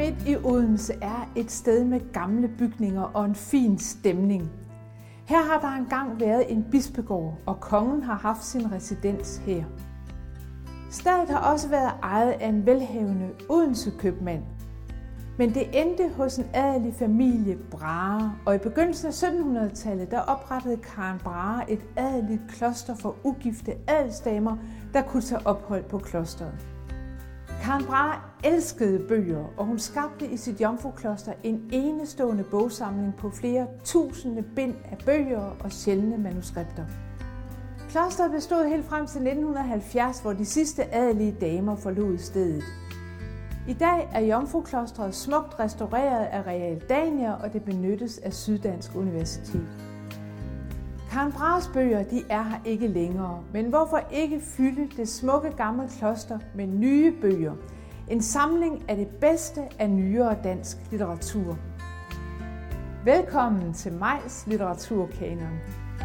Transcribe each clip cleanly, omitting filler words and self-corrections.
midt i Odense er et sted med gamle bygninger og en fin stemning. Her har der engang været en bispegård, og kongen har haft sin residens her. Stedet har også været ejet af en velhavende Odense-købmand. Men det endte hos en adelig familie Brahe, og i begyndelsen af 1700-tallet der oprettede Karen Brahe et adeligt kloster for ugifte adelsdamer, der kunne tage ophold på klosteret. Karen Brahe elskede bøger, og hun skabte i sit jomfrukloster en enestående bogsamling på flere tusinde bind af bøger og sjældne manuskripter. Klosteret bestod helt frem til 1970, hvor de sidste adelige damer forlod stedet. I dag er Jomfruklostret smukt restaureret af Realdania, og det benyttes af Syddansk Universitet. Karen Brahes bøger de er her ikke længere, men hvorfor ikke fylde det smukke gamle kloster med nye bøger? En samling af det bedste af nyere dansk litteratur. Velkommen til Majs Litteraturkanon.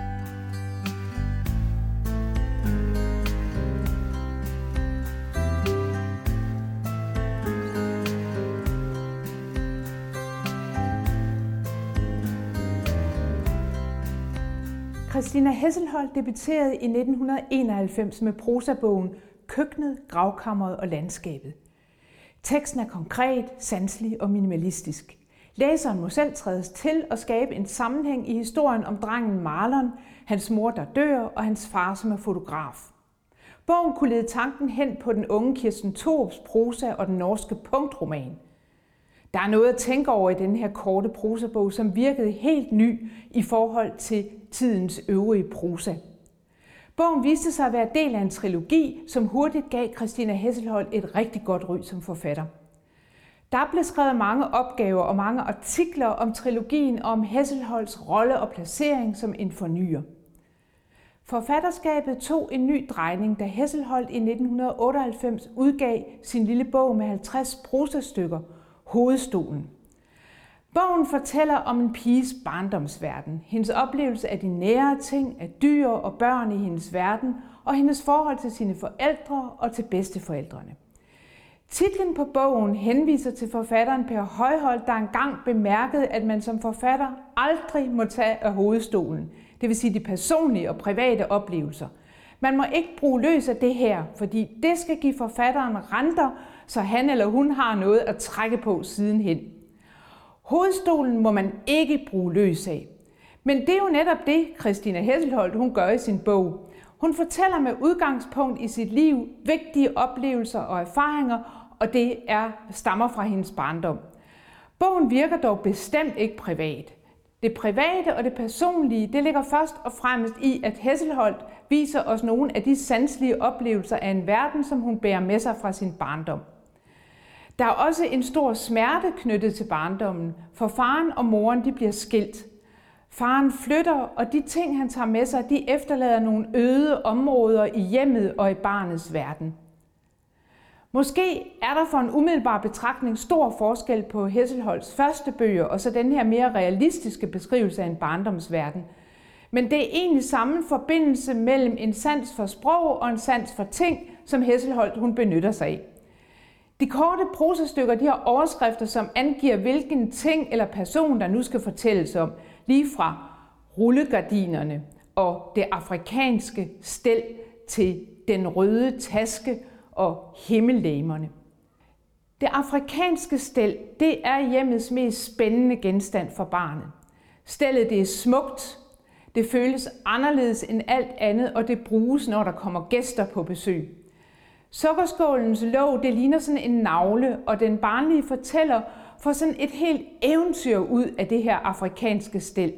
Christina Hesselholdt debuterede i 1991 med prosabogen Køkkenet, gravkammeret og landskabet. Teksten er konkret, sanselig og minimalistisk. Læseren må selv trædes til og skabe en sammenhæng i historien om drengen Marlon, hans mor der dør og hans far som er fotograf. Bogen kunne lede tanken hen på den unge Kirsten Thorups prosa og den norske punktroman. Der er noget at tænke over i den her korte prosabog, som virkede helt ny i forhold til tidens øvrige prosa. Bogen viste sig at være del af en trilogi, som hurtigt gav Christina Hesselholdt et rigtig godt ry som forfatter. Der blev skrevet mange opgaver og mange artikler om trilogien og om Hesselholdts rolle og placering som en fornyer. Forfatterskabet tog en ny drejning, da Hesselholdt i 1998 udgav sin lille bog med 50 prosastykker, Hovedstolen. Bogen fortæller om en piges barndomsverden, hendes oplevelse af de nære ting, af dyr og børn i hendes verden, og hendes forhold til sine forældre og til bedsteforældrene. Titlen på bogen henviser til forfatteren Per Højholt, der engang bemærkede, at man som forfatter aldrig må tage af hovedstolen, det vil sige de personlige og private oplevelser. Man må ikke bruge løs af det her, fordi det skal give forfatteren renter, så han eller hun har noget at trække på sidenhen. Hovedstolen må man ikke bruge løs af. Men det er jo netop det, Christina Hesselholdt hun gør i sin bog. Hun fortæller med udgangspunkt i sit liv vigtige oplevelser og erfaringer, og det stammer fra hendes barndom. Bogen virker dog bestemt ikke privat. Det private og det personlige, det ligger først og fremmest i, at Hesselholdt viser os nogle af de sanselige oplevelser af en verden, som hun bærer med sig fra sin barndom. Der er også en stor smerte knyttet til barndommen, for faren og moren de bliver skilt. Faren flytter, og de ting, han tager med sig, de efterlader nogle øde områder i hjemmet og i barnets verden. Måske er der for en umiddelbar betragtning stor forskel på Hesselholdts første bøger og så den her mere realistiske beskrivelse af en barndomsverden. Men det er egentlig samme forbindelse mellem en sans for sprog og en sans for ting, som Hesselholdt hun benytter sig af. De korte prosastykker de har overskrifter, som angiver hvilken ting eller person, der nu skal fortælles om, lige fra rullegardinerne og det afrikanske stel til den røde taske og himmellegemerne. Det afrikanske stel, det er hjemmets mest spændende genstand for barnet. Stellet det er smukt, det føles anderledes end alt andet, og det bruges, når der kommer gæster på besøg. Sukkerskålens låg, det ligner sådan en nagle, og den barnlige fortæller får sådan et helt eventyr ud af det her afrikanske stel.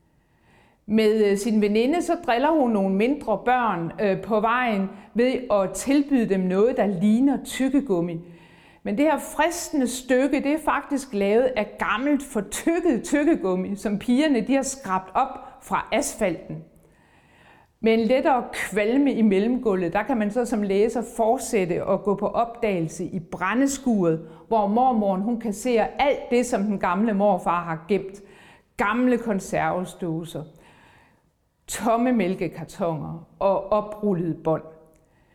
Med sin veninde så driller hun nogle mindre børn på vejen ved at tilbyde dem noget, der ligner tyggegummi. Men det her fristende stykke, det er faktisk lavet af gammelt fortykket tyggegummi, som pigerne de har skrabt op fra asfalten. Med en lettere kvalme i mellemgulvet, der kan man så som læser fortsætte og gå på opdagelse i brændeskuret, hvor mormoren hun kasserer alt det, som den gamle morfar har gemt. Gamle konservesdåser, tomme mælkekartoner og oprullede bånd.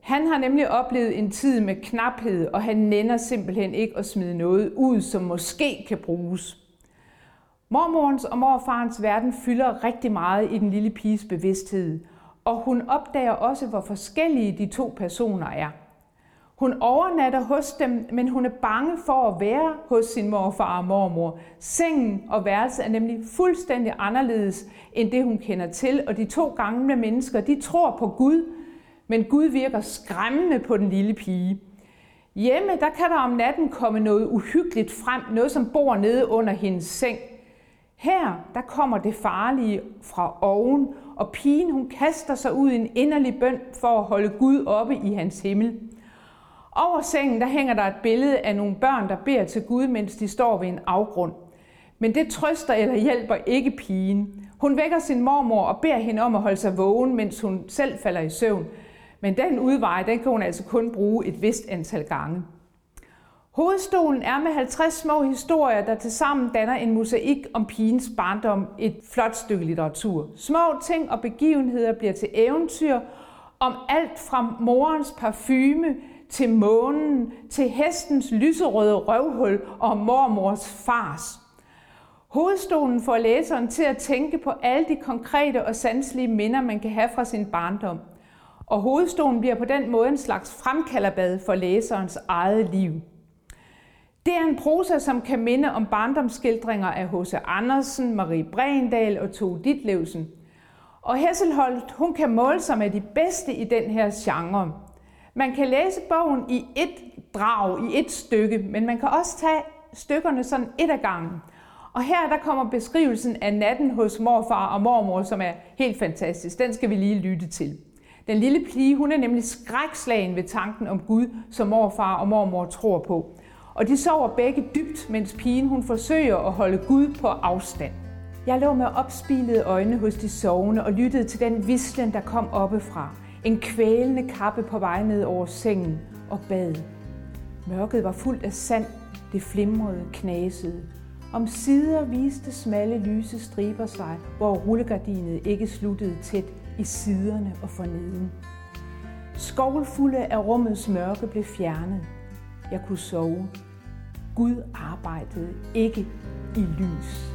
Han har nemlig oplevet en tid med knaphed, og han nænder simpelthen ikke at smide noget ud, som måske kan bruges. Mormorens og morfarens verden fylder rigtig meget i den lille piges bevidsthed, og hun opdager også, hvor forskellige de to personer er. Hun overnatter hos dem, men hun er bange for at være hos sin morfar og mormor. Sengen og værelset er nemlig fuldstændig anderledes end det, hun kender til, og de to gamle mennesker, de tror på Gud, men Gud virker skræmmende på den lille pige. Hjemme, der kan der om natten komme noget uhyggeligt frem, noget som bor nede under hendes seng. Her, der kommer det farlige fra oven, og pigen, hun kaster sig ud i en inderlig bøn for at holde Gud oppe i hans himmel. Over sengen, der hænger der et billede af nogle børn, der beder til Gud, mens de står ved en afgrund. Men det trøster eller hjælper ikke pigen. Hun vækker sin mormor og beder hende om at holde sig vågen, mens hun selv falder i søvn. Men den udvej, den kan hun altså kun bruge et vist antal gange. Hovedstolen er med 50 små historier, der tilsammen danner en mosaik om pigens barndom, et flot stykke litteratur. Små ting og begivenheder bliver til eventyr om alt fra morens parfume til månen, til hestens lyserøde røvhul og mormors fars. Hovedstolen får læseren til at tænke på alle de konkrete og sanselige minder, man kan have fra sin barndom. Og hovedstolen bliver på den måde en slags fremkalderbad for læserens eget liv. Det er en prosa, som kan minde om barndomsskildringer af H.C. Andersen, Marie Bregendahl og Tove Ditlevsen. Og Hesselholdt, hun kan måle sig med de bedste i den her genre. Man kan læse bogen i et drag, i et stykke, men man kan også tage stykkerne sådan et ad gangen. Og her der kommer beskrivelsen af natten hos morfar og mormor, som er helt fantastisk. Den skal vi lige lytte til. Den lille pige, hun er nemlig skrækslagen ved tanken om Gud, som morfar og mormor tror på. Og de sover begge dybt, mens pigen hun forsøger at holde Gud på afstand. Jeg lå med opspilede øjne hos de sovende og lyttede til den hvislen, der kom oppefra. En kvælende kappe på vej ned over sengen og bad. Mørket var fuldt af sand, det flimrede, knasede. Om sider viste smalle lyse striber sig, hvor rullegardinet ikke sluttede tæt i siderne og forneden. Skovlfulde af rummets mørke blev fjernet. Jeg kunne sove. Gud arbejdede ikke i lys.